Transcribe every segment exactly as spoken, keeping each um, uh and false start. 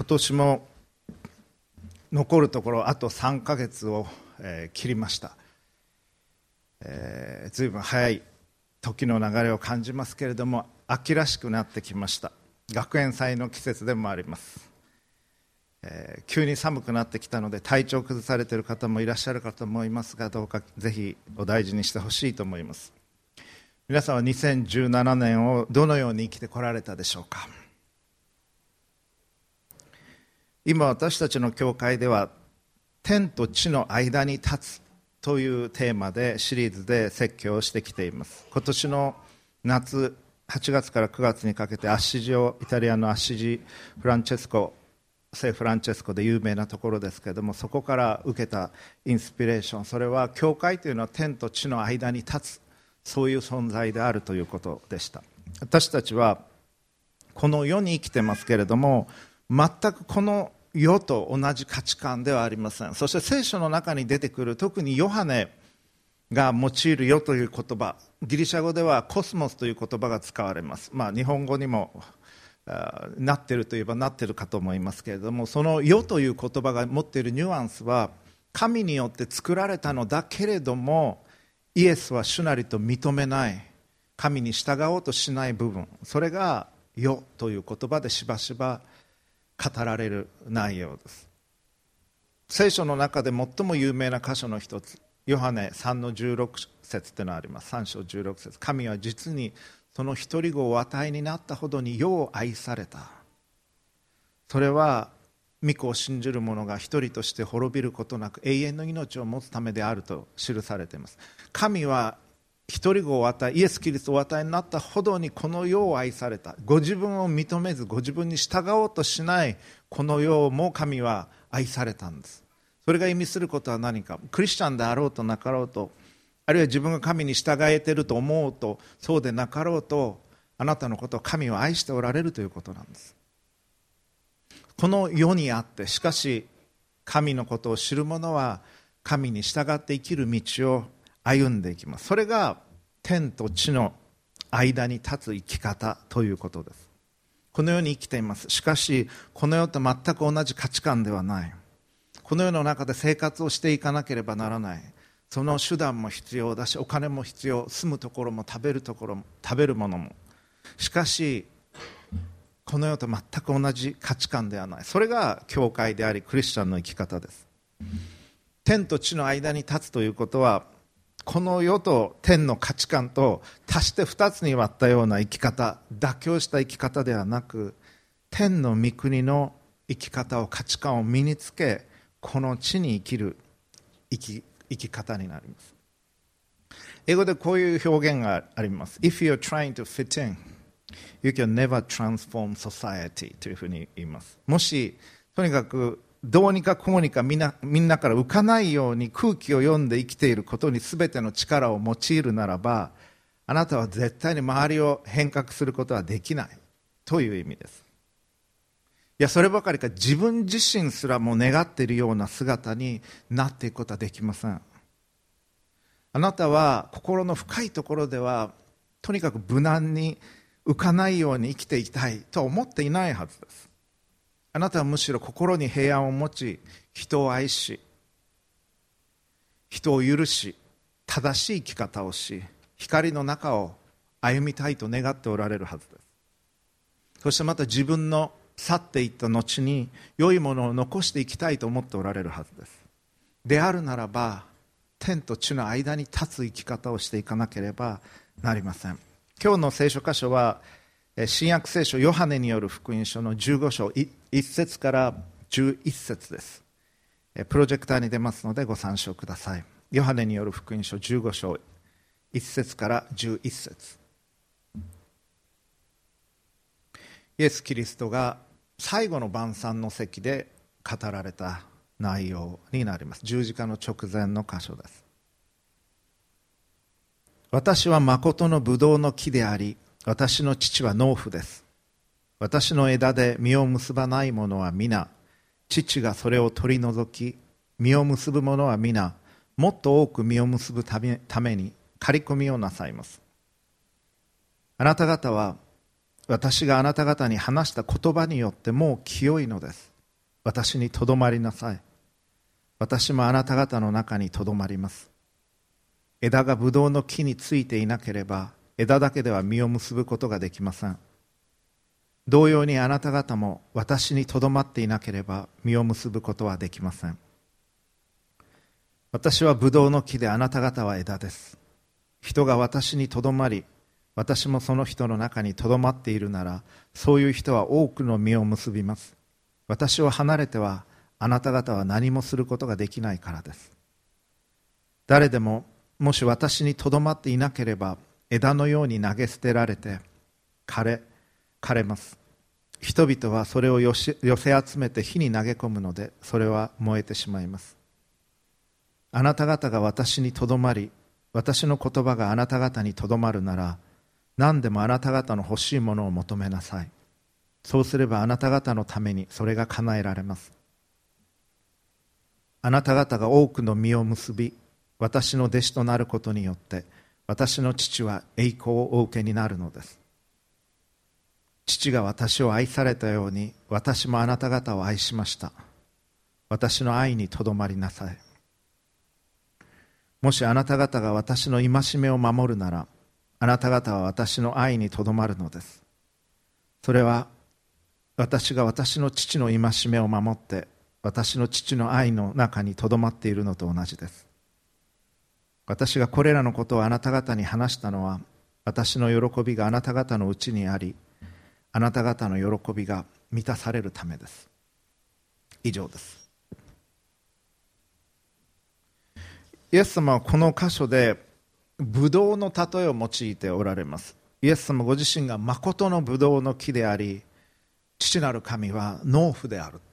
今年も残るところあとさんかげつを、えー、切りました。えー、ずいぶん早い時の流れを感じますけれども、秋らしくなってきました。学園祭の季節でもあります。えー、急に寒くなってきたので体調を崩されている方もいらっしゃるかと思いますが、どうかぜひお大事にしてほしいと思います。皆さんはにせんじゅうななねんをどのように生きてこられたでしょうか。今私たちの教会では天と地の間に立つというテーマでシリーズで説教をしてきています。今年の夏はちがつからくがつにかけてアッシジオ、イタリアのアッシジフランチェスコ、聖フランチェスコで有名なところですけれども、そこから受けたインスピレーション、それは教会というのは天と地の間に立つ、そういう存在であるということでした。私たちはこの世に生きてますけれども、全くこの世と同じ価値観ではありません。そして聖書の中に出てくる、特にヨハネが用いる世という言葉、ギリシャ語ではコスモスという言葉が使われます。まあ、日本語にもなっているといえばなっているかと思いますけれども、その世という言葉が持っているニュアンスは、神によって作られたのだけれどもイエスは主なりと認めない、神に従おうとしない部分、それが世という言葉でしばしば語られる内容です。聖書の中で最も有名な箇所の一つ、ヨハネさんのじゅうろく節というのがあります。さん章じゅうろく節、神は実にその一人子をお与えになったほどに世を愛された。それは御子を信じる者が一人として滅びることなく永遠の命を持つためであると記されています。神は一人子を与え、イエス・キリストをお与えになったほどにこの世を愛された。ご自分を認めずご自分に従おうとしないこの世も神は愛されたんです。それが意味することは何か、クリスチャンであろうとなかろうと、あるいは自分が神に従えていると思うとそうでなかろうと、あなたのことを神は愛しておられるということなんです。この世にあって、しかし神のことを知る者は神に従って生きる道を歩んでいきます。それが天と地の間に立つ生き方ということです。この世に生きています。しかしこの世と全く同じ価値観ではない。この世の中で生活をしていかなければならない。その手段も必要だし、お金も必要、住むところも食べるところも食べるものも。しかしこの世と全く同じ価値観ではない。それが教会でありクリスチャンの生き方です。天と地の間に立つということは、この世と天の価値観と足して二つに割ったような生き方、妥協した生き方ではなく、天の御国の生き方を、価値観を身につけ、この地に生きる生き、生き方になります。英語でこういう表現があります。 If you're trying to fit in, you can never transform society というふうに言います。もしとにかくどうにかこうにかみんな、みんなから浮かないように空気を読んで生きていることに全ての力を用いるならば、あなたは絶対に周りを変革することはできないという意味です。いや、そればかりか自分自身すらも願っているような姿になっていくことはできません。あなたは心の深いところではとにかく無難に浮かないように生きていきたいとは思っていないはずです。あなたはむしろ心に平安を持ち、人を愛し、人を許し、正しい生き方をし、光の中を歩みたいと願っておられるはずです。そしてまた自分の去っていった後に良いものを残していきたいと思っておられるはずです。であるならば、天と地の間に立つ生き方をしていかなければなりません。今日の聖書箇所は新約聖書ヨハネによる福音書のじゅうご章いち節からじゅういち節です。プロジェクターに出ますのでご参照ください。ヨハネによる福音書じゅうご章いち節からじゅういち節。イエス・キリストが最後の晩餐の席で語られた内容になります。十字架の直前の箇所です。私は誠のブドウの木であり、私の父は農夫です。私の枝で実を結ばないものは皆、父がそれを取り除き、実を結ぶものは皆、もっと多く実を結ぶため、ために刈り込みをなさいます。あなた方は私があなた方に話した言葉によってもう清いのです。 私にとどまりなさい。私もあなた方の中にとどまります。枝がブドウの木についていなければ、枝だけでは実を結ぶことができません。同様にあなた方も私にとどまっていなければ実を結ぶことはできません。私はブドウの木で、あなた方は枝です。人が私にとどまり、私もその人の中にとどまっているなら、そういう人は多くの実を結びます。私を離れてはあなた方は何もすることができないからです。誰でももし私にとどまっていなければ、枝のように投げ捨てられて枯れ枯れます。人々はそれを寄せ集めて火に投げ込むので、それは燃えてしまいます。あなた方が私にとどまり、私の言葉があなた方にとどまるなら、何でもあなた方の欲しいものを求めなさい。そうすればあなた方のためにそれが叶えられます。あなた方が多くの実を結び、私の弟子となることによって、私の父は栄光をお受けになるのです。父が私を愛されたように、私もあなた方を愛しました。私の愛にとどまりなさい。もしあなた方が私の戒めを守るなら、あなた方は私の愛にとどまるのです。それは私が私の父の戒めを守って、私の父の愛の中にとどまっているのと同じです。私がこれらのことをあなた方に話したのは、私の喜びがあなた方のうちにあり、あなた方の喜びが満たされるためです。以上です。イエス様はこの箇所でブドウの例えを用いておられます。イエス様ご自身が誠のブドウの木であり、父なる神は農夫である。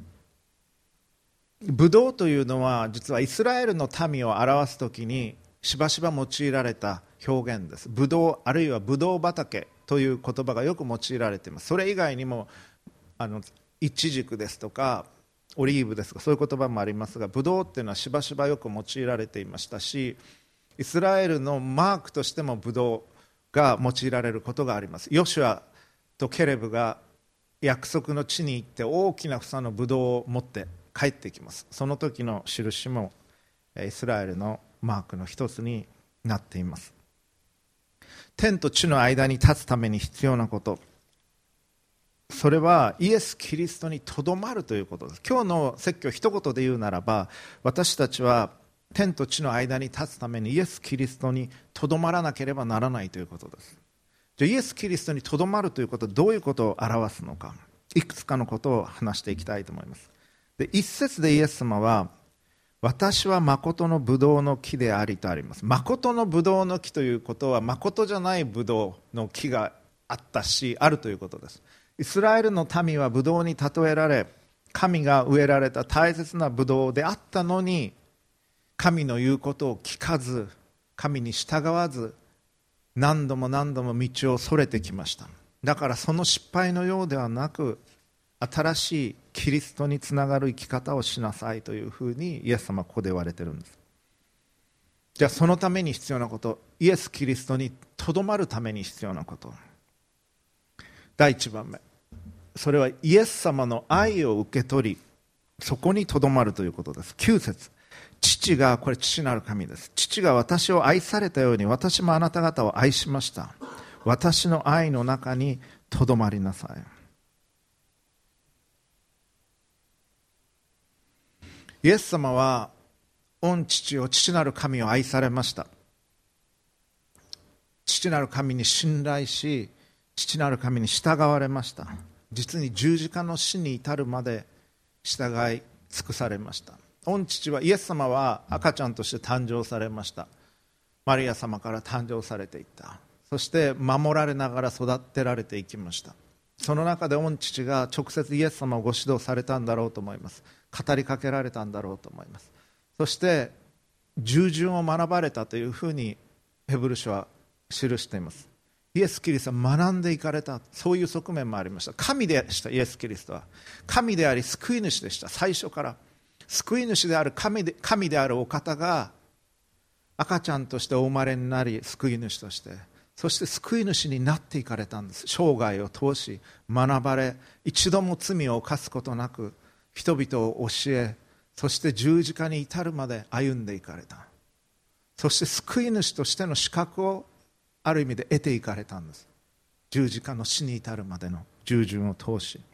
ブドウというのは実はイスラエルの民を表すときにしばしば用いられた表現です。ブドウあるいはブドウ畑という言葉がよく用いられています。それ以外にもあのイチジクですとかオリーブですとか、そういう言葉もありますが、ブドウっていうのはしばしばよく用いられていましたし、イスラエルのマークとしてもブドウが用いられることがあります。ヨシュアとケレブが約束の地に行って大きな房のブドウを持って帰ってきます。その時の印もイスラエルのマークの一つになっています。天と地の間に立つために必要なこと、それはイエス・キリストにとどまるということです。今日の説教一言で言うならば、私たちは天と地の間に立つためにイエス・キリストにとどまらなければならないということです。じゃあイエス・キリストにとどまるということはどういうことを表すのか、いくつかのことを話していきたいと思います。で、一節でイエス様は、私は誠のブドウの木でありとあります。誠のブドウの木ということは、誠じゃないブドウの木があったし、あるということです。イスラエルの民はブドウに例えられ、神が植えられた大切なブドウであったのに、神の言うことを聞かず、神に従わず、何度も何度も道をそれてきました。だからその失敗のようではなく、新しいキリストにつながる生き方をしなさいというふうにイエス様はここで言われているんです。じゃあそのために必要なこと、イエス・キリストにとどまるために必要なこと、第一番目、それはイエス様の愛を受け取り、そこにとどまるということです。きゅう節、父が、これ父なる神です。父が私を愛されたように私もあなた方を愛しました。私の愛の中にとどまりなさい。イエス様は御父を、父なる神を愛されました。父なる神に信頼し、父なる神に従われました。実に十字架の死に至るまで従い尽くされました。御父は、イエス様は赤ちゃんとして誕生されました。マリア様から誕生されていった。そして守られながら育てられていきました。その中で御父が直接イエス様をご指導されたんだろうと思います。語りかけられたんだろうと思います。そして従順を学ばれたというふうにヘブル書は記しています。イエス・キリストは学んでいかれた、そういう側面もありました。神でした。イエス・キリストは神であり救い主でした。最初から救い主である神で、神であるお方が赤ちゃんとしてお生まれになり、救い主として、そして救い主になっていかれたんです。生涯を通し学ばれ、一度も罪を犯すことなく人々を教え、そして十字架に至るまで歩んでいかれた。そして救い主としての資格をある意味で得ていかれたんです。十字架の死に至るまでの従順を通し、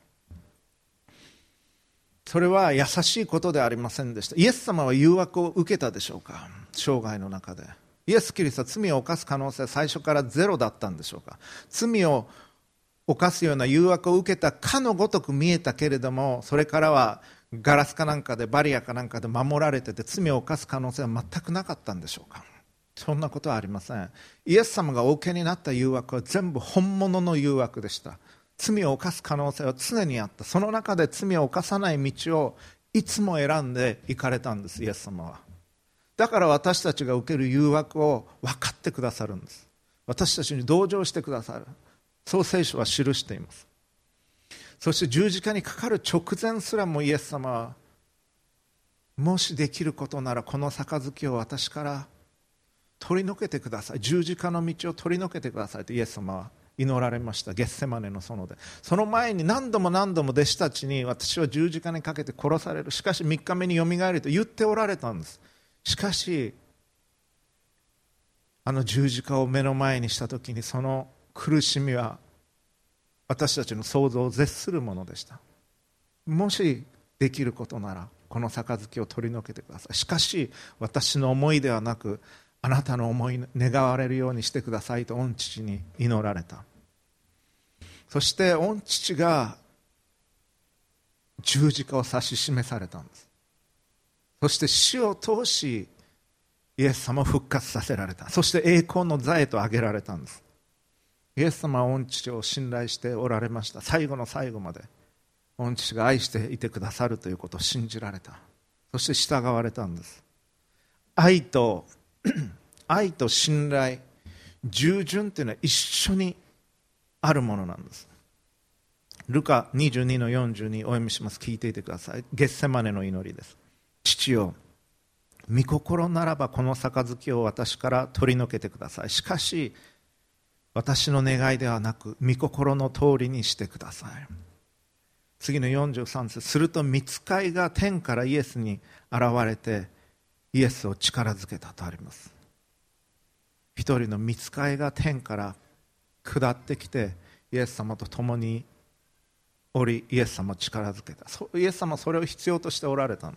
それは優しいことではありませんでした。イエス様は誘惑を受けたでしょうか。生涯の中でイエス・キリストは罪を犯す可能性は最初からゼロだったんでしょうか。罪を犯すような誘惑を受けたかのごとく見えたけれども、それからはガラスかなんかで、バリアかなんかで守られてて、罪を犯す可能性は全くなかったんでしょうか。そんなことはありません。イエス様がお受けになった誘惑は全部本物の誘惑でした。罪を犯す可能性は常にあった。その中で罪を犯さない道をいつも選んで行かれたんです、イエス様は。だから私たちが受ける誘惑を分かってくださるんです。私たちに同情してくださる。そう聖書は記しています。そして十字架にかかる直前すらもイエス様は、もしできることならこの杯を私から取り除けてください、十字架の道を取り除けてくださいとイエス様は祈られました。ゲッセマネの園で。その前に何度も何度も弟子たちに、私は十字架にかけて殺される、しかしみっかめによみがえると言っておられたんです。しかしあの十字架を目の前にしたときに、その苦しみは私たちの想像を絶するものでした。もしできることならこの杯を取り除けてください、しかし私の思いではなくあなたの思い願われるようにしてくださいと御父に祈られた。そして御父が十字架を指し示されたんです。そして死を通しイエス様を復活させられた。そして栄光の座へと上げられたんです。イエス様は御父を信頼しておられました。最後の最後まで御父が愛していてくださるということを信じられた。そして従われたんです。愛と愛と信頼、従順というのは一緒にあるものなんです。ルカにじゅうにのよんじゅうにお読みします。聞いていてください。ゲッセマネの祈りです。父よ、御心ならばこの杯を私から取り除けてください。しかし私の願いではなく御心の通りにしてください。次のよんじゅうさん節、すると御使いが天からイエスに現れてイエスを力づけたとあります。一人の御使いが天から下ってきてイエス様と共におり、イエス様を力づけた。イエス様はそれを必要としておられたんです。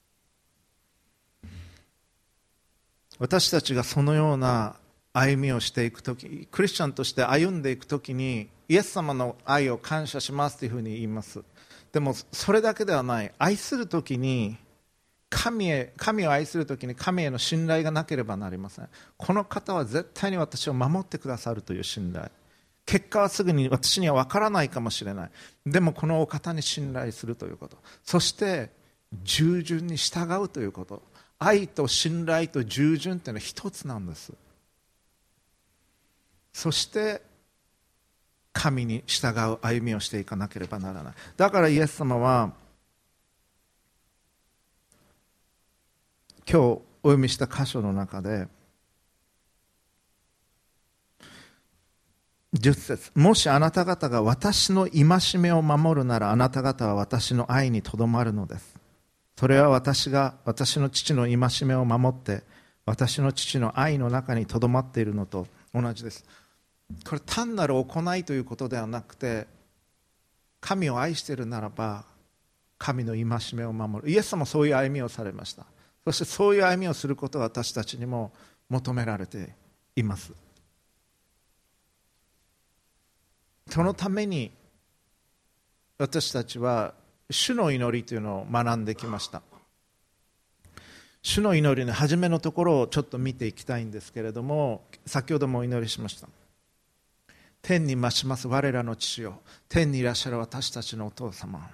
私たちがそのような歩みをしていくとき、クリスチャンとして歩んでいくときに、イエス様の愛を感謝しますというふうに言います。でもそれだけではない。愛するときに神へ、神を愛するときに神への信頼がなければなりません。この方は絶対に私を守ってくださるという信頼。結果はすぐに私には分からないかもしれない。でもこのお方に信頼するということ。そして従順に従うということ。愛と信頼と従順というのは一つなんです。そして神に従う歩みをしていかなければならない。だからイエス様は今日お読みした箇所の中でじゅっ節、もしあなた方が私の戒めを守るならあなた方は私の愛にとどまるのです。それは私が私の父の戒めを守って私の父の愛の中にとどまっているのと同じです。これ単なる行いということではなくて、神を愛しているならば神の戒めを守る。イエス様もそういう歩みをされました。そしてそういう歩みをすることは私たちにも求められています。そのために私たちは主の祈りというのを学んできました。主の祈りの初めのところをちょっと見ていきたいんですけれども、先ほどもお祈りしました。天に増します我らの父よ、天にいらっしゃる私たちのお父様、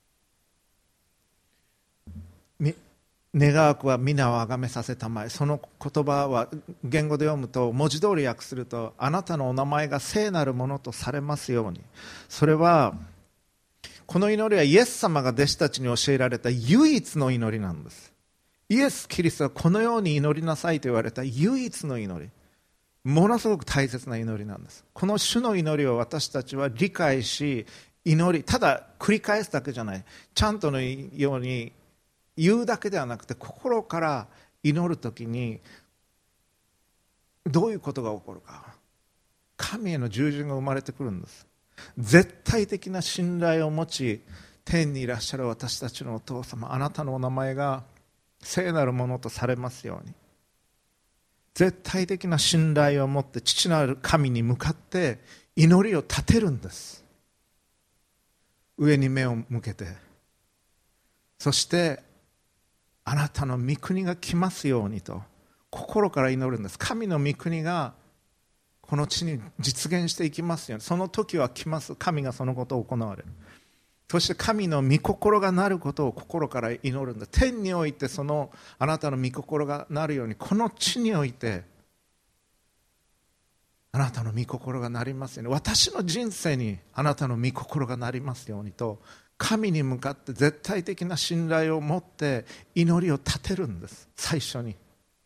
願わくは皆をあがめさせたまえ。その言葉は言語で読むと、文字通り訳すると、あなたのお名前が聖なるものとされますように。それはこの祈りはイエス様が弟子たちに教えられた唯一の祈りなんです。イエス・キリストはこのように祈りなさいと言われた唯一の祈り、ものすごく大切な祈りなんです。この主の祈りを私たちは理解し祈り、ただ繰り返すだけじゃない、ちゃんとのように言うだけではなくて、心から祈るときにどういうことが起こるか、神への従順が生まれてくるんです。絶対的な信頼を持ち、天にいらっしゃる私たちのお父様、あなたのお名前が聖なるものとされますように、絶対的な信頼を持って父なる神に向かって祈りを立てるんです。上に目を向けて、そしてあなたの御国が来ますようにと心から祈るんです。神の御国がこの地に実現していきますように、その時は来ます。神がそのことを行われる。そして神の御心がなることを心から祈るんだ。天においてそのあなたの御心がなるように、この地においてあなたの御心がなりますように、私の人生にあなたの御心がなりますようにと、神に向かって絶対的な信頼を持って祈りを立てるんです。最初に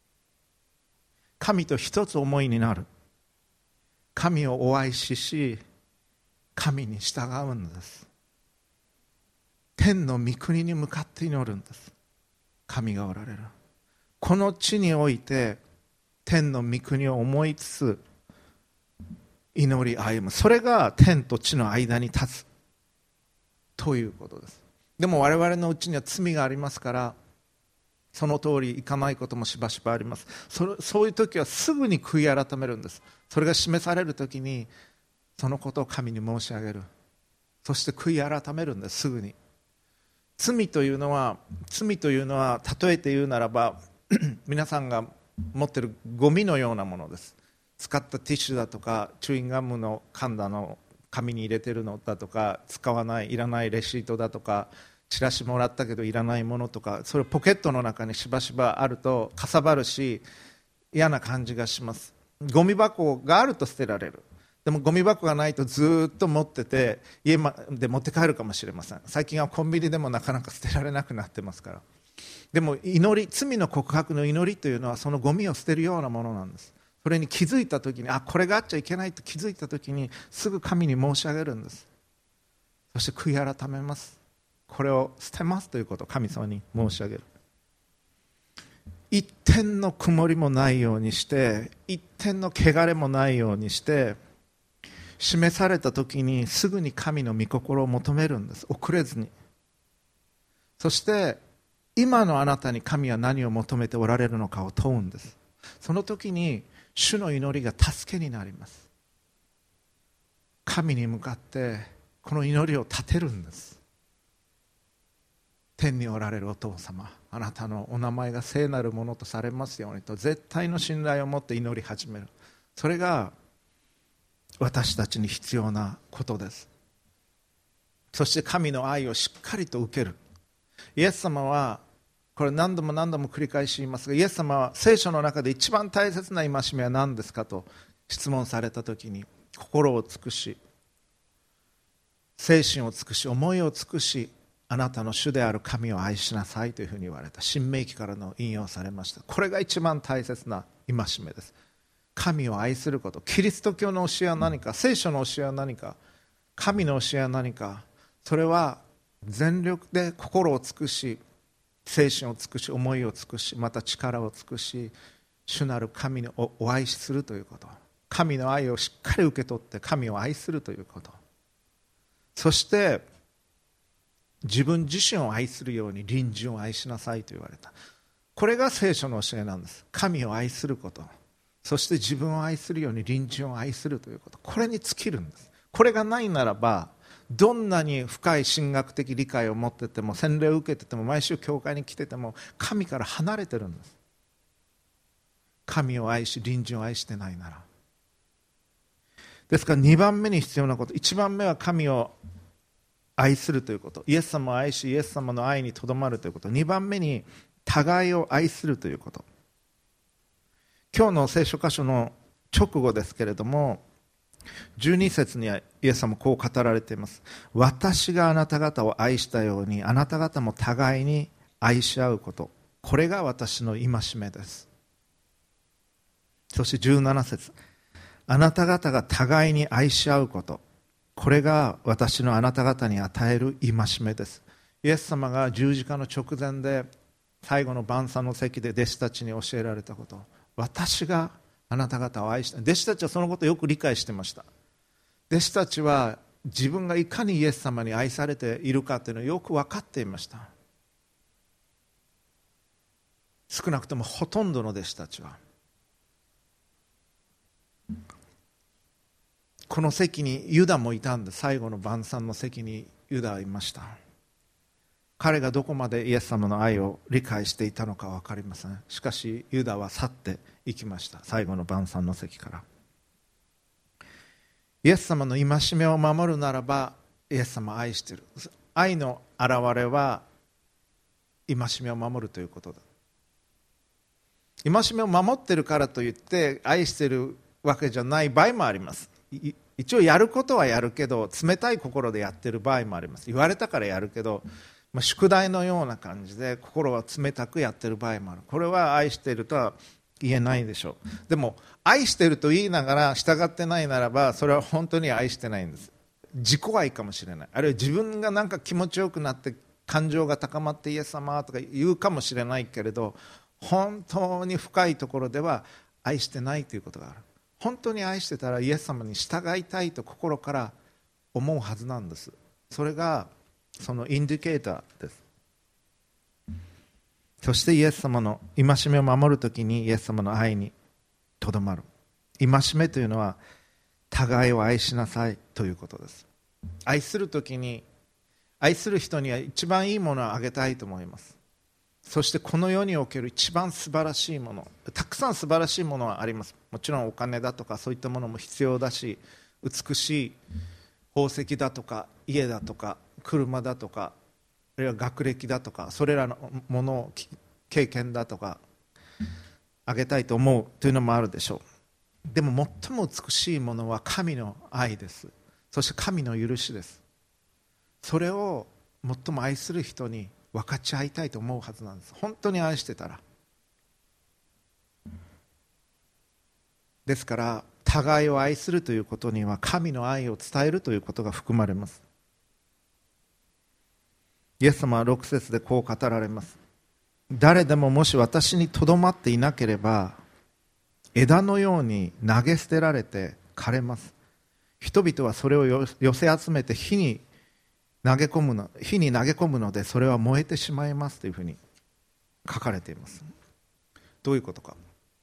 神と一つ思いになる、神をお愛しし、神に従うんです。天の御国に向かって祈るんです。神がおられるこの地において天の御国を思いつつ祈り歩む、それが天と地の間に立つということです。でも我々のうちには罪がありますから、その通りいかないこともしばしばあります。それ、そういう時はすぐに悔い改めるんです。それが示される時にそのことを神に申し上げる、そして悔い改めるんです。すぐに。罪というのは罪というのは例えて言うならば皆さんが持っているゴミのようなものです。使ったティッシュだとかチューインガムの缶だの紙に入れてるのだとか、使わないいらないレシートだとか、チラシもらったけどいらないものとか、それをポケットの中にしばしばあるとかさばるし嫌な感じがします。ゴミ箱があると捨てられる。でもゴミ箱がないとずっと持ってて家まで持って帰るかもしれません。最近はコンビニでもなかなか捨てられなくなってますから。でも祈り、罪の告白の祈りというのはそのゴミを捨てるようなものなんです。それに気づいたときに、あ、これがあっちゃいけないと気づいたときにすぐ神に申し上げるんです。そして悔い改めます。これを捨てますということを神様に申し上げる。一点の曇りもないようにして、一点の汚れもないようにして、示されたときにすぐに神の御心を求めるんです。遅れずに。そして今のあなたに神は何を求めておられるのかを問うんです。その時に主の祈りが助けになります。神に向かってこの祈りを立てるんです。天におられるお父様、あなたのお名前が聖なるものとされますようにと絶対の信頼を持って祈り始める。それが私たちに必要なことです。そして神の愛をしっかりと受ける。イエス様はこれ何度も何度も繰り返し言いますが、イエス様は聖書の中で一番大切な戒めは何ですかと質問されたときに、心を尽くし、精神を尽くし、思いを尽くし、あなたの主である神を愛しなさいというふうに言われた。新明記からの引用されました。これが一番大切な戒めです。神を愛すること。キリスト教の教えは何か、聖書の教えは何か、神の教えは何か、それは全力で心を尽くし、精神を尽くし、思いを尽くし、また力を尽くし、主なる神をお愛しするということ。神の愛をしっかり受け取って神を愛するということ。そして自分自身を愛するように隣人を愛しなさいと言われた。これが聖書の教えなんです。神を愛すること、そして自分を愛するように隣人を愛するということ、これに尽きるんです。これがないならば、どんなに深い神学的理解を持ってても、洗礼を受けてても、毎週教会に来てても神から離れてるんです。神を愛し隣人を愛してないなら。ですからにばんめに必要なこと、いちばんめは神を愛するということ、イエス様を愛しイエス様の愛にとどまるということ、にばんめに互いを愛するということ。今日の聖書箇所の直後ですけれども、じゅうに節にはイエス様こう語られています。私があなた方を愛したようにあなた方も互いに愛し合うこと、これが私の戒めです。そしてじゅうなな節、あなた方が互いに愛し合うこと、 これが私のあなた方に与える戒めです。イエス様が十字架の直前で最後の晩餐の席で弟子たちに教えられたこと、私があなた方を愛した。弟子たちはそのことをよく理解していました。弟子たちは自分がいかにイエス様に愛されているかというのをよく分かっていました。少なくともほとんどの弟子たちは。この席にユダもいたんで、最後の晩餐の席にユダはいました。彼がどこまでイエス様の愛を理解していたのか分かりません。しかしユダは去っていきました。最後の晩餐の席から。イエス様の戒めを守るならばイエス様を愛している。愛の表れは戒めを守るということだ。戒めを守っているからといって愛しているわけじゃない場合もあります。一応やることはやるけど冷たい心でやっている場合もあります。言われたからやるけど、まあ、宿題のような感じで心は冷たくやっている場合もある。これは愛しているとは言えないでしょう。でも愛していると言いながら従ってないならば、それは本当に愛してないんです。自己愛かもしれない。あるいは自分がなんか気持ちよくなって感情が高まってイエス様とか言うかもしれないけれど、本当に深いところでは愛してないということがある。本当に愛してたらイエス様に従いたいと心から思うはずなんです。それがそのインディケーターです。そしてイエス様の戒めを守るときにイエス様の愛にとどまる。戒めというのは互いを愛しなさいということです。愛するときに愛する人には一番いいものをあげたいと思います。そしてこの世における一番素晴らしいもの、たくさん素晴らしいものはあります。もちろんお金だとかそういったものも必要だし、美しい宝石だとか家だとか車だとか、あるいは学歴だとか、それらのものを経験だとかあげたいと思うというのもあるでしょう。でも最も美しいものは神の愛です。そして神の許しです。それを最も愛する人に分かち合いたいと思うはずなんです。本当に愛してたら。ですから互いを愛するということには神の愛を伝えるということが含まれます。イエス様はろく節でこう語られます。誰でももし私にとどまっていなければ枝のように投げ捨てられて枯れます。人々はそれを寄せ集めて火に投げ込むの、火に投げ込むのでそれは燃えてしまいますというふうに書かれています。どういうことか。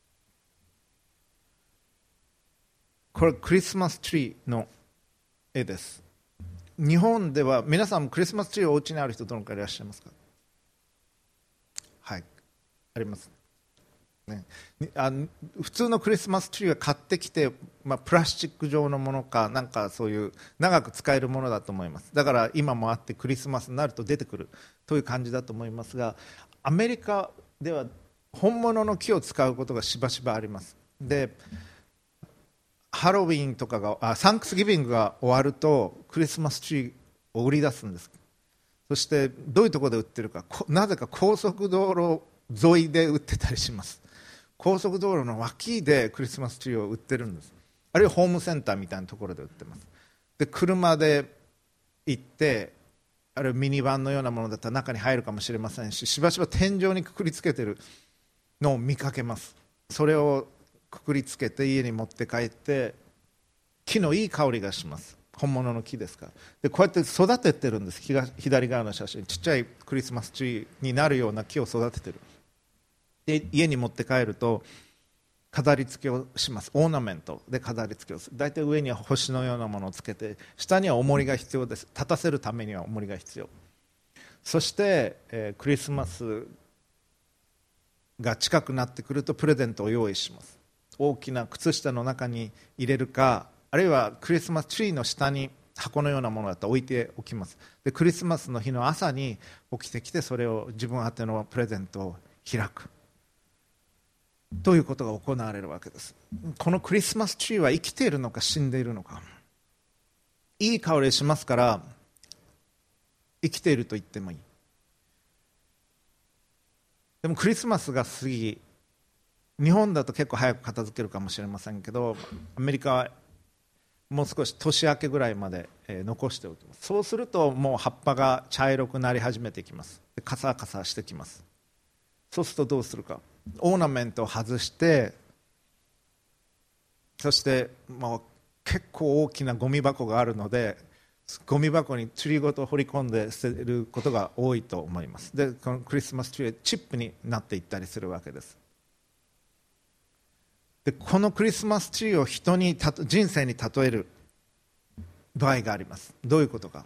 これクリスマスツリーの絵です。日本では皆さんもクリスマスツリーお家にある人どのくらいいらっしゃいますか。はい、あります、ね、あ普通のクリスマスツリーは買ってきて、まあ、プラスチック状のものかなんかそういう長く使えるものだと思います。だから今もあってクリスマスになると出てくるという感じだと思いますが、アメリカでは本物の木を使うことがしばしばあります。でハロウィンとかがあサンクスギビングが終わるとクリスマスツリーを売り出すんです。そしてどういうところで売ってるか、なぜか高速道路沿いで売ってたりします。高速道路の脇でクリスマスツリーを売ってるんです。あるいはホームセンターみたいなところで売ってます。で車で行って、あるいはミニバンのようなものだったら中に入るかもしれませんし、しばしば天井にくくりつけてるのを見かけます。それをくくりつけて家に持って帰って木のいい香りがします。本物の木ですから。でこうやって育ててるんです。左側の写真、ちっちゃいクリスマスツリーになるような木を育ててる。で家に持って帰ると飾り付けをします。オーナメントで飾り付けをする。大体上には星のようなものをつけて、下には重りが必要です。立たせるためには重りが必要。そして、えー、クリスマスが近くなってくるとプレゼントを用意します。大きな靴下の中に入れるか、あるいはクリスマスツリーの下に箱のようなものだったら置いておきます。でクリスマスの日の朝に起きてきて、それを自分宛てのプレゼントを開くということが行われるわけです。このクリスマスツリーは生きているのか死んでいるのか。いい香りしますから生きていると言ってもいい。でもクリスマスが過ぎ、日本だと結構早く片付けるかもしれませんけど、アメリカはもう少し年明けぐらいまで残しておきます。そうするともう葉っぱが茶色くなり始めてきます。カサカサしてきます。そうするとどうするか、オーナメントを外して、そしてもう結構大きなゴミ箱があるので、ゴミ箱にツリーごと掘り込んで捨てることが多いと思います。でこのクリスマスツリーはチップになっていったりするわけです。でこのクリスマスツリーを人にたと人生に例える場合があります。どういうことか、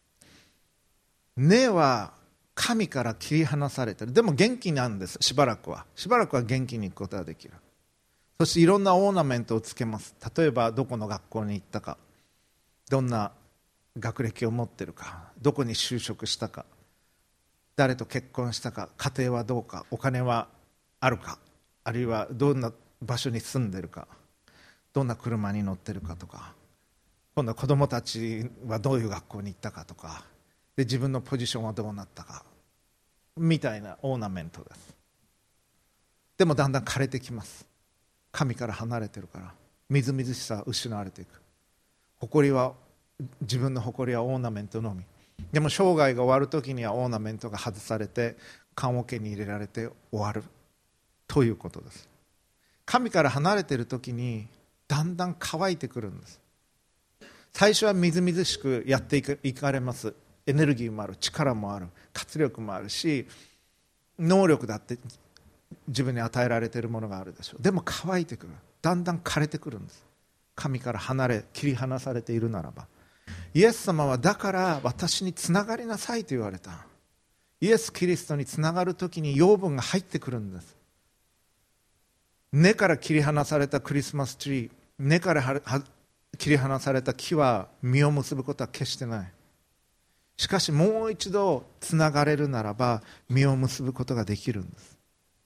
根は神から切り離されている。でも元気なんです。しばらくはしばらくは元気に行くことができる。そしていろんなオーナメントをつけます。例えばどこの学校に行ったか、どんな学歴を持っているか、どこに就職したか、誰と結婚したか、家庭はどうか、お金はあるか、あるいはどんな場所に住んでいるか、どんな車に乗っているかとか、今度は子供たちはどういう学校に行ったかとかで、自分のポジションはどうなったかみたいなオーナメントです。でもだんだん枯れてきます。神から離れてるからみずみずしさは失われていく。誇りは自分の誇りはオーナメントのみ。でも生涯が終わる時にはオーナメントが外されて棺桶に入れられて終わるということです。神から離れている時にだんだん乾いてくるんです。最初はみずみずしくやっていか、いかれます。エネルギーもある、力もある、活力もあるし、能力だって自分に与えられているものがあるでしょう。でも乾いてくる、だんだん枯れてくるんです。神から離れ切り離されているならば。イエス様はだから私につながりなさいと言われた。イエス・キリストにつながるときに養分が入ってくるんです。根から切り離されたクリスマスツリー、根からはは切り離された木は実を結ぶことは決してない。しかしもう一度つながれるならば実を結ぶことができるんです。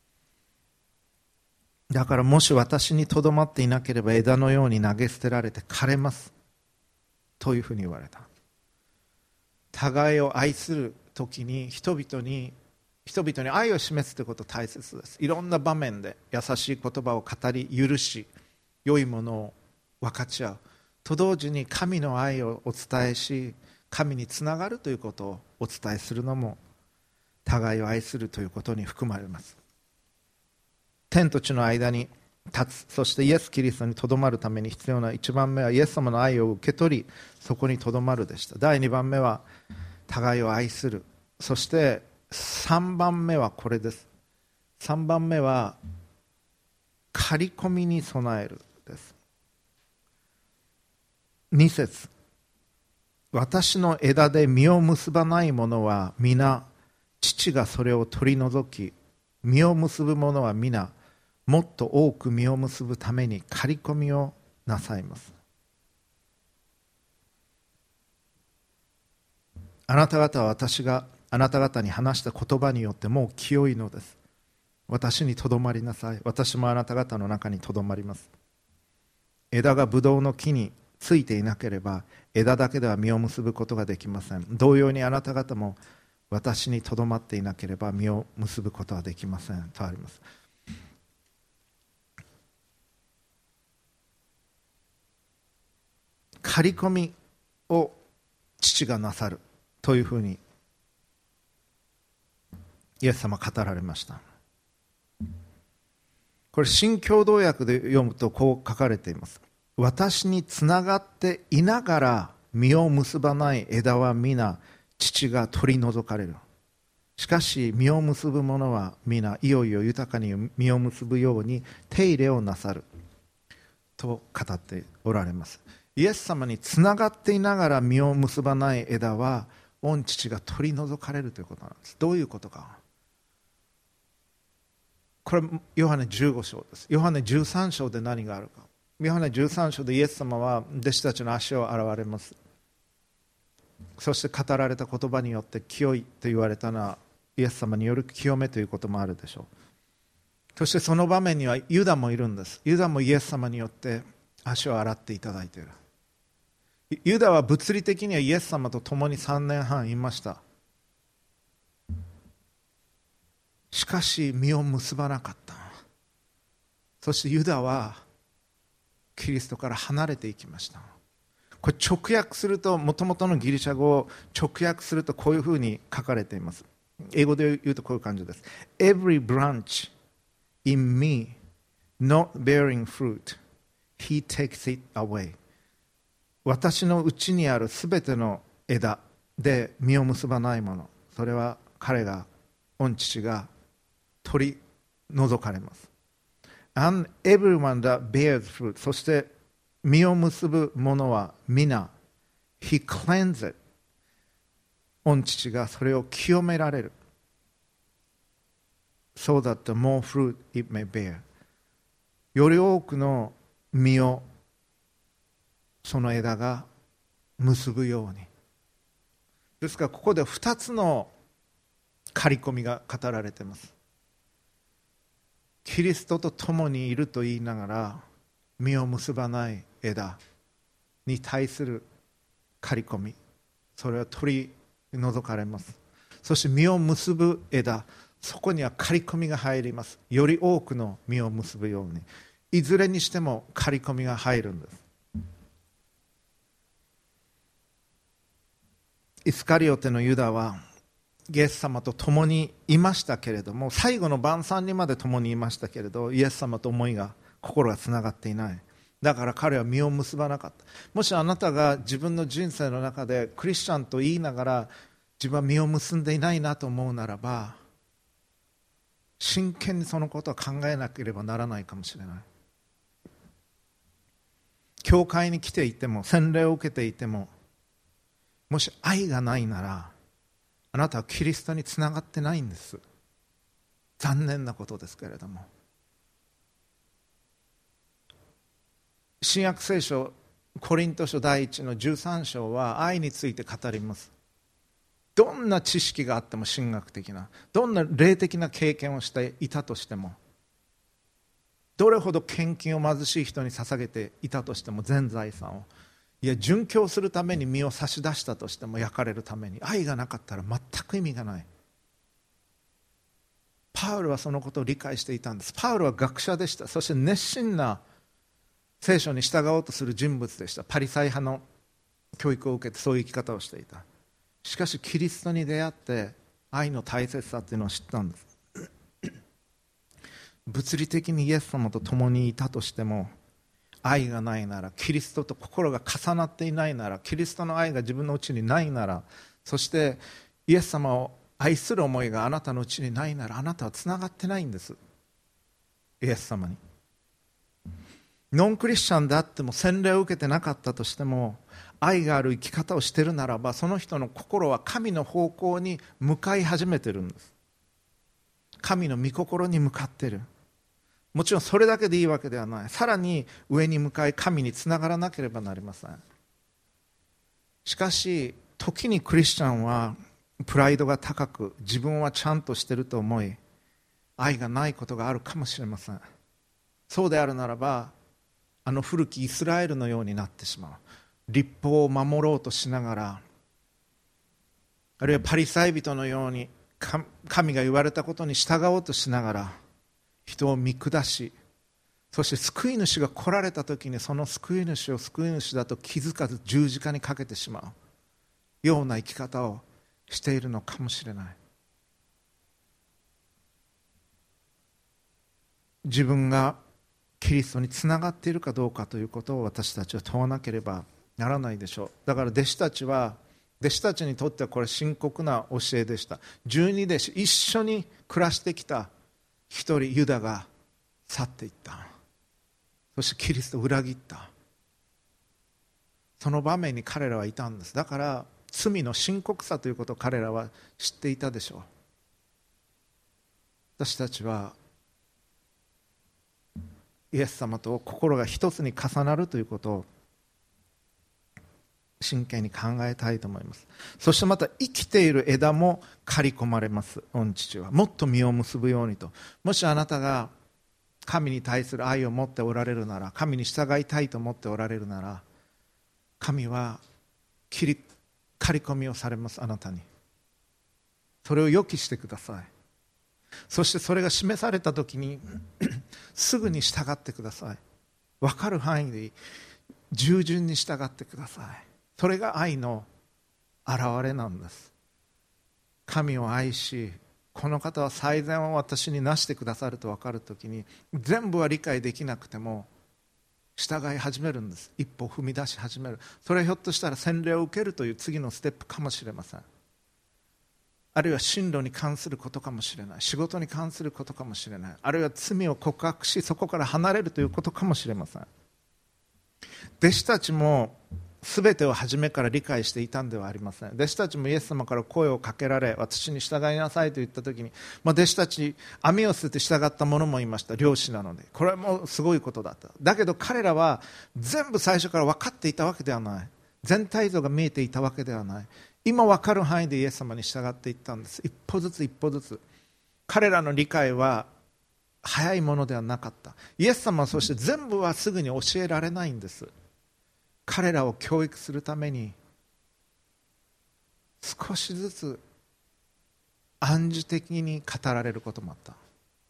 だからもし私にとどまっていなければ枝のように投げ捨てられて枯れますというふうに言われた。互いを愛するときに人々に人々に愛を示すということ大切です。いろんな場面で優しい言葉を語り許し、良いものを分かち合うと同時に神の愛をお伝えし、神につながるということをお伝えするのも互いを愛するということに含まれます。天と地の間に立つ、そしてイエス・キリストにとどまるために必要な一番目はイエス様の愛を受け取りそこにとどまるでした。第二番目は互いを愛する。そして三番目はこれです。三番目は刈り込みに備えるです。二節、私の枝で実を結ばないものは皆父がそれを取り除き、実を結ぶものは皆もっと多く実を結ぶために刈り込みをなさいます。あなた方は私があなた方に話した言葉によってもう清いのです。私にとどまりなさい。私もあなた方の中にとどまります。枝がブドウの木についていなければ枝だけでは実を結ぶことができません。同様にあなた方も私にとどまっていなければ実を結ぶことはできませんとあります。刈り込みを父がなさるというふうにイエス様語られました。これ新共同訳で読むとこう書かれています。私につながっていながら実を結ばない枝は皆父が取り除かれる。しかし実を結ぶ者は皆いよいよ豊かに実を結ぶように手入れをなさると語っておられます。イエス様につながっていながら実を結ばない枝は御父が取り除かれるということなんです。どういうことか。これヨハネじゅうご章です。ヨハネじゅうさん章で何があるか。ヨハネじゅうさん章でイエス様は弟子たちの足を洗われます。そして語られた言葉によって清いと言われたのはイエス様による清めということもあるでしょう。そしてその場面にはユダもいるんです。ユダもイエス様によって足を洗っていただいている。ユダは物理的にはイエス様と共にさんねんはんいました。しかし実を結ばなかった。そしてユダはキリストから離れていきました。 これ直訳すると、もともとのギリシャ語を直訳するとこういうふうに書かれています。英語で言うとこういう感じです。 Every branch in me not bearing fruit, he takes it away。 私のうちにあるすべての枝で実を結ばないもの、それは彼が、御父が取り除かれます。 And everyone that bears fruit、 そして実を結ぶものは皆 he cleanses it、 御父がそれを清められる。 So that the more fruit it may bear、 より多くの実をその枝が結ぶように。ですからここでふたつの刈り込みが語られています。キリストと共にいると言いながら実を結ばない枝に対する刈り込み、それは取り除かれます。そして実を結ぶ枝、そこには刈り込みが入ります。より多くの実を結ぶように。いずれにしても刈り込みが入るんです。イスカリオテのユダはイエス様と共にいましたけれども、最後の晩餐にまで共にいましたけれど、イエス様と思いが、心がつながっていない。だから彼は実を結ばなかった。もしあなたが自分の人生の中でクリスチャンと言いながら自分は実を結んでいないなと思うならば、真剣にそのことを考えなければならないかもしれない。教会に来ていても、洗礼を受けていても、もし愛がないなら、あなたはキリストにつながってないんです。残念なことですけれども。新約聖書コリント書第一のじゅうさん章は愛について語ります。どんな知識があっても、神学的などんな霊的な経験をしていたとしても、どれほど献金を貧しい人に捧げていたとしても、全財産を、いや殉教するために身を差し出したとしても、焼かれるために、愛がなかったら全く意味がない。パウルはそのことを理解していたんです。パウルは学者でした。そして熱心な聖書に従おうとする人物でした。パリサイ派の教育を受けてそういう生き方をしていた。しかしキリストに出会って愛の大切さというのを知ったんです。物理的にイエス様と共にいたとしても、愛がないなら、キリストと心が重なっていないなら、キリストの愛が自分のうちにないなら、そしてイエス様を愛する思いがあなたのうちにないなら、あなたはつながってないんです、イエス様に。ノンクリスチャンであっても、洗礼を受けてなかったとしても、愛がある生き方をしているならば、その人の心は神の方向に向かい始めているんです。神の御心に向かっている。もちろんそれだけでいいわけではない。さらに上に向かい神につながらなければなりません。しかし時にクリスチャンはプライドが高く、自分はちゃんとしていると思い、愛がないことがあるかもしれません。そうであるならば、あの古きイスラエルのようになってしまう。律法を守ろうとしながら、あるいはパリサイ人のように神が言われたことに従おうとしながら人を見下し、そして救い主が来られた時にその救い主を救い主だと気づかず十字架にかけてしまうような生き方をしているのかもしれない。自分がキリストにつながっているかどうかということを私たちは問わなければならないでしょう。だから弟子たちは弟子たちにとってはこれ深刻な教えでした。十二弟子、一緒に暮らしてきた一人ユダが去っていった。そしてキリストを裏切った。その場面に彼らはいたんです。だから罪の深刻さということを彼らは知っていたでしょう。私たちはイエス様と心が一つに重なるということを真剣に考えたいと思います。そしてまた生きている枝も刈り込まれます。御父はもっと実を結ぶようにと。もしあなたが神に対する愛を持っておられるなら、神に従いたいと思っておられるなら、神は切り刈り込みをされます。あなたにそれを予期してください。そしてそれが示されたときにすぐに従ってください。分かる範囲でいい。 従順に従ってください。それが愛の現れなんです。神を愛し、この方は最善を私になしてくださると分かるときに、全部は理解できなくても従い始めるんです。一歩踏み出し始める。それはひょっとしたら洗礼を受けるという次のステップかもしれません。あるいは進路に関することかもしれない。仕事に関することかもしれない。あるいは罪を告白し、そこから離れるということかもしれません。弟子たちも全てを初めから理解していたんではありません。弟子たちもイエス様から声をかけられ、私に従いなさいと言ったときに、まあ、弟子たち網を捨てて従った者もいました。漁師なのでこれもすごいことだった。だけど彼らは全部最初から分かっていたわけではない。全体像が見えていたわけではない。今分かる範囲でイエス様に従っていったんです。一歩ずつ一歩ずつ。彼らの理解は早いものではなかった。イエス様はそして全部はすぐに教えられないんです。彼らを教育するために少しずつ暗示的に語られることもあった。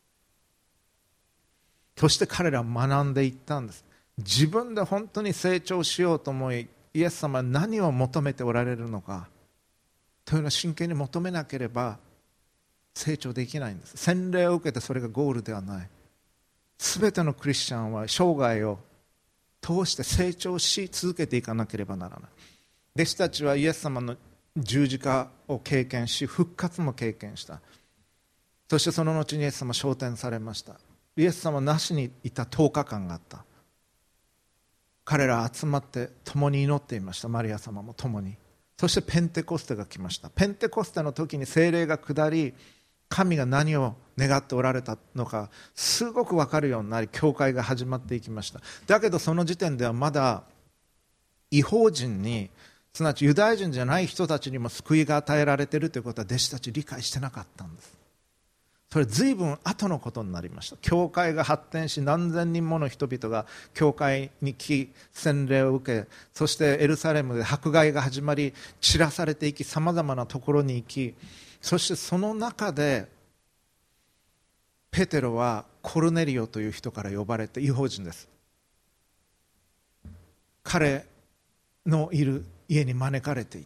そして彼らは学んでいったんです。自分で本当に成長しようと思い、イエス様は何を求めておられるのかというのを真剣に求めなければ成長できないんです。洗礼を受けてそれがゴールではない。すべてのクリスチャンは生涯を通して成長し続けていかなければならない。弟子たちはイエス様の十字架を経験し、復活も経験した。そしてその後にイエス様は昇天されました。イエス様なしにいたとおかかんがあった。彼ら集まって共に祈っていました。マリア様も共に。そしてペンテコステが来ました。ペンテコステの時に聖霊が下り、神が何を願っておられたのかすごく分かるようになり、教会が始まっていきました。だけどその時点ではまだ異邦人に、すなわちユダヤ人じゃない人たちにも救いが与えられているということは弟子たち理解してなかったんです。それ随分後のことになりました。教会が発展し、何千人もの人々が教会に来、洗礼を受け、そしてエルサレムで迫害が始まり、散らされていき、さまざまなところに行き、そしてその中でペテロはコルネリオという人から呼ばれて、異邦人です。彼のいる家に招かれていった。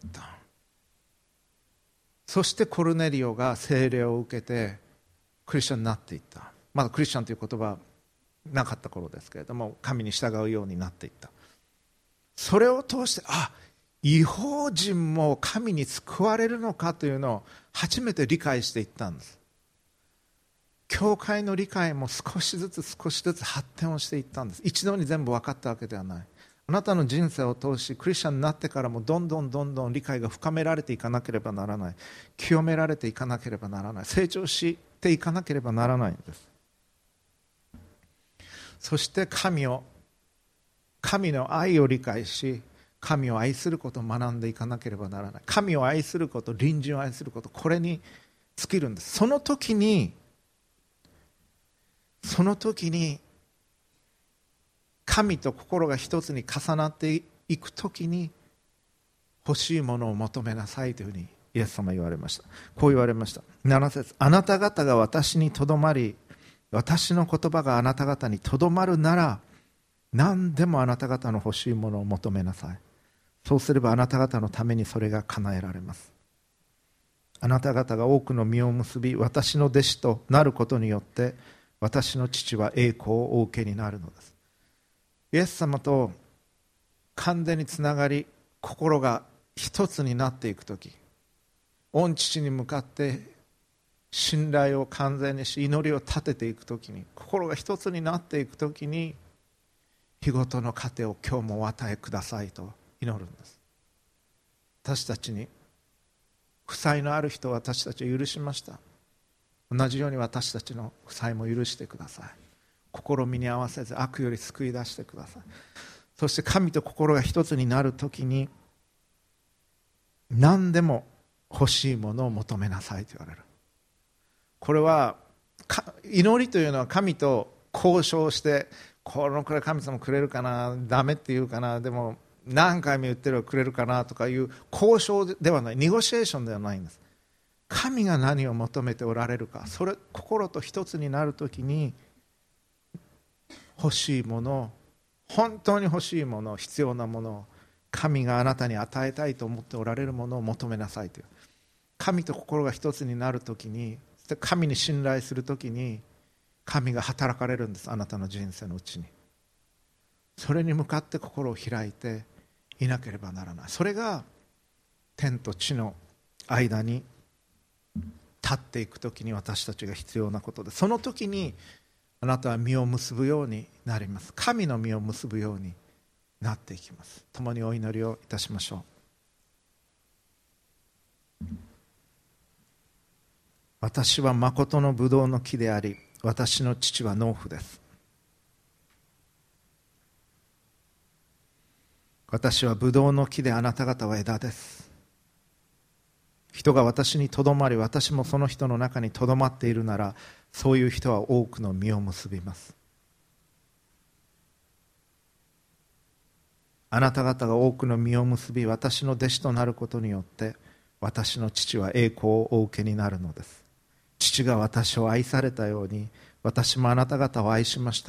そしてコルネリオが聖霊を受けてクリスチャンになっていった。まだクリスチャンという言葉なかった頃ですけれども、神に従うようになっていった。それを通して、あ、異邦人も神に救われるのかというのを初めて理解していったんです。教会の理解も少しずつ少しずつ発展をしていったんです。一度に全部分かったわけではない。あなたの人生を通しクリスチャンになってからもどんどんどんどん理解が深められていかなければならない。清められていかなければならない。成長していかなければならないんです。そして神を神の愛を理解し、神を愛することを学んでいかなければならない。神を愛すること、隣人を愛すること、これに尽きるんです。その時にその時に神と心が一つに重なっていく時に、欲しいものを求めなさいというふうにイエス様は言われました。こう言われました。なな節、あなた方が私にとどまり、私の言葉があなた方にとどまるなら、何でもあなた方の欲しいものを求めなさい。そうすればあなた方のためにそれが叶えられます。あなた方が多くの実を結び、私の弟子となることによって私の父は栄光をお受けになるのです。イエス様と完全につながり、心が一つになっていくとき、御父に向かって信頼を完全にし、祈りを立てていくときに、心が一つになっていくときに、日ごとの糧を今日もお与えくださいと祈るんです。私たちに負債のある人を私たちは許しました。同じように私たちの負債も許してください。試みに合わせず悪より救い出してください。そして神と心が一つになるときに、何でも欲しいものを求めなさいと言われる。これは祈りというのは神と交渉して、このくらい神様くれるかな、ダメって言うかな、でも何回も言ってるくれるかなとかいう交渉ではない、ネゴシエーションではないんです。神が何を求めておられるか、それ心と一つになるときに欲しいもの、 本当に欲しいもの、必要なものを、神があなたに与えたいと思っておられるものを求めなさいという。神と心が一つになるときに、神に信頼するときに、神が働かれるんです。あなたの人生のうちに。それに向かって心を開いていなければならない。それが天と地の間に立っていくときに私たちが必要なことで、その時にあなたは実を結ぶようになります。神の実を結ぶようになっていきます。共にお祈りをいたしましょう。私は誠のブドウの木であり、私の父は農夫です。私はブドウの木で、あなた方は枝です。人が私にとどまり、私もその人の中にとどまっているなら、そういう人は多くの実を結びます。あなた方が多くの実を結び、私の弟子となることによって、私の父は栄光をお受けになるのです。父が私を愛されたように、私もあなた方を愛しました。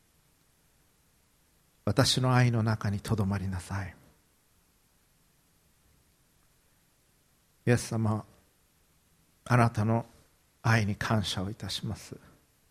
私の愛の中にとどまりなさい。イエス様、あなたの愛に感謝をいたします。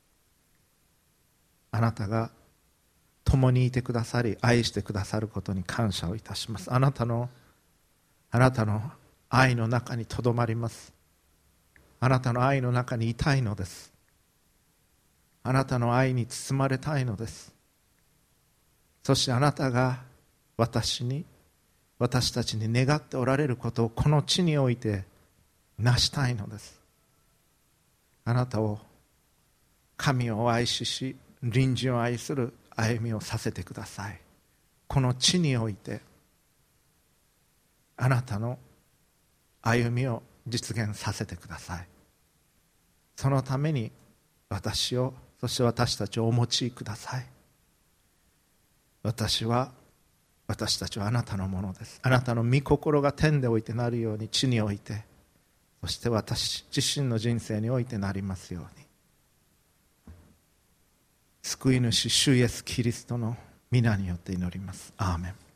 あなたが共にいてくださり、愛してくださることに感謝をいたします。あなたのあなたの愛の中にとどまります。あなたの愛の中にいたいのです。あなたの愛に包まれたいのです。そしてあなたが私に、私たちに願っておられることをこの地において成したいのです。あなたを、神を愛しし、隣人を愛する歩みをさせてください。この地においてあなたの歩みを実現させてください。そのために私を、そして私たちをお持ちください。私は、私たちはあなたのものです。あなたの御心が天でおいてなるように地において、そして私自身の人生においてなりますように。救い主主イエスキリストの皆によって祈ります。アーメン。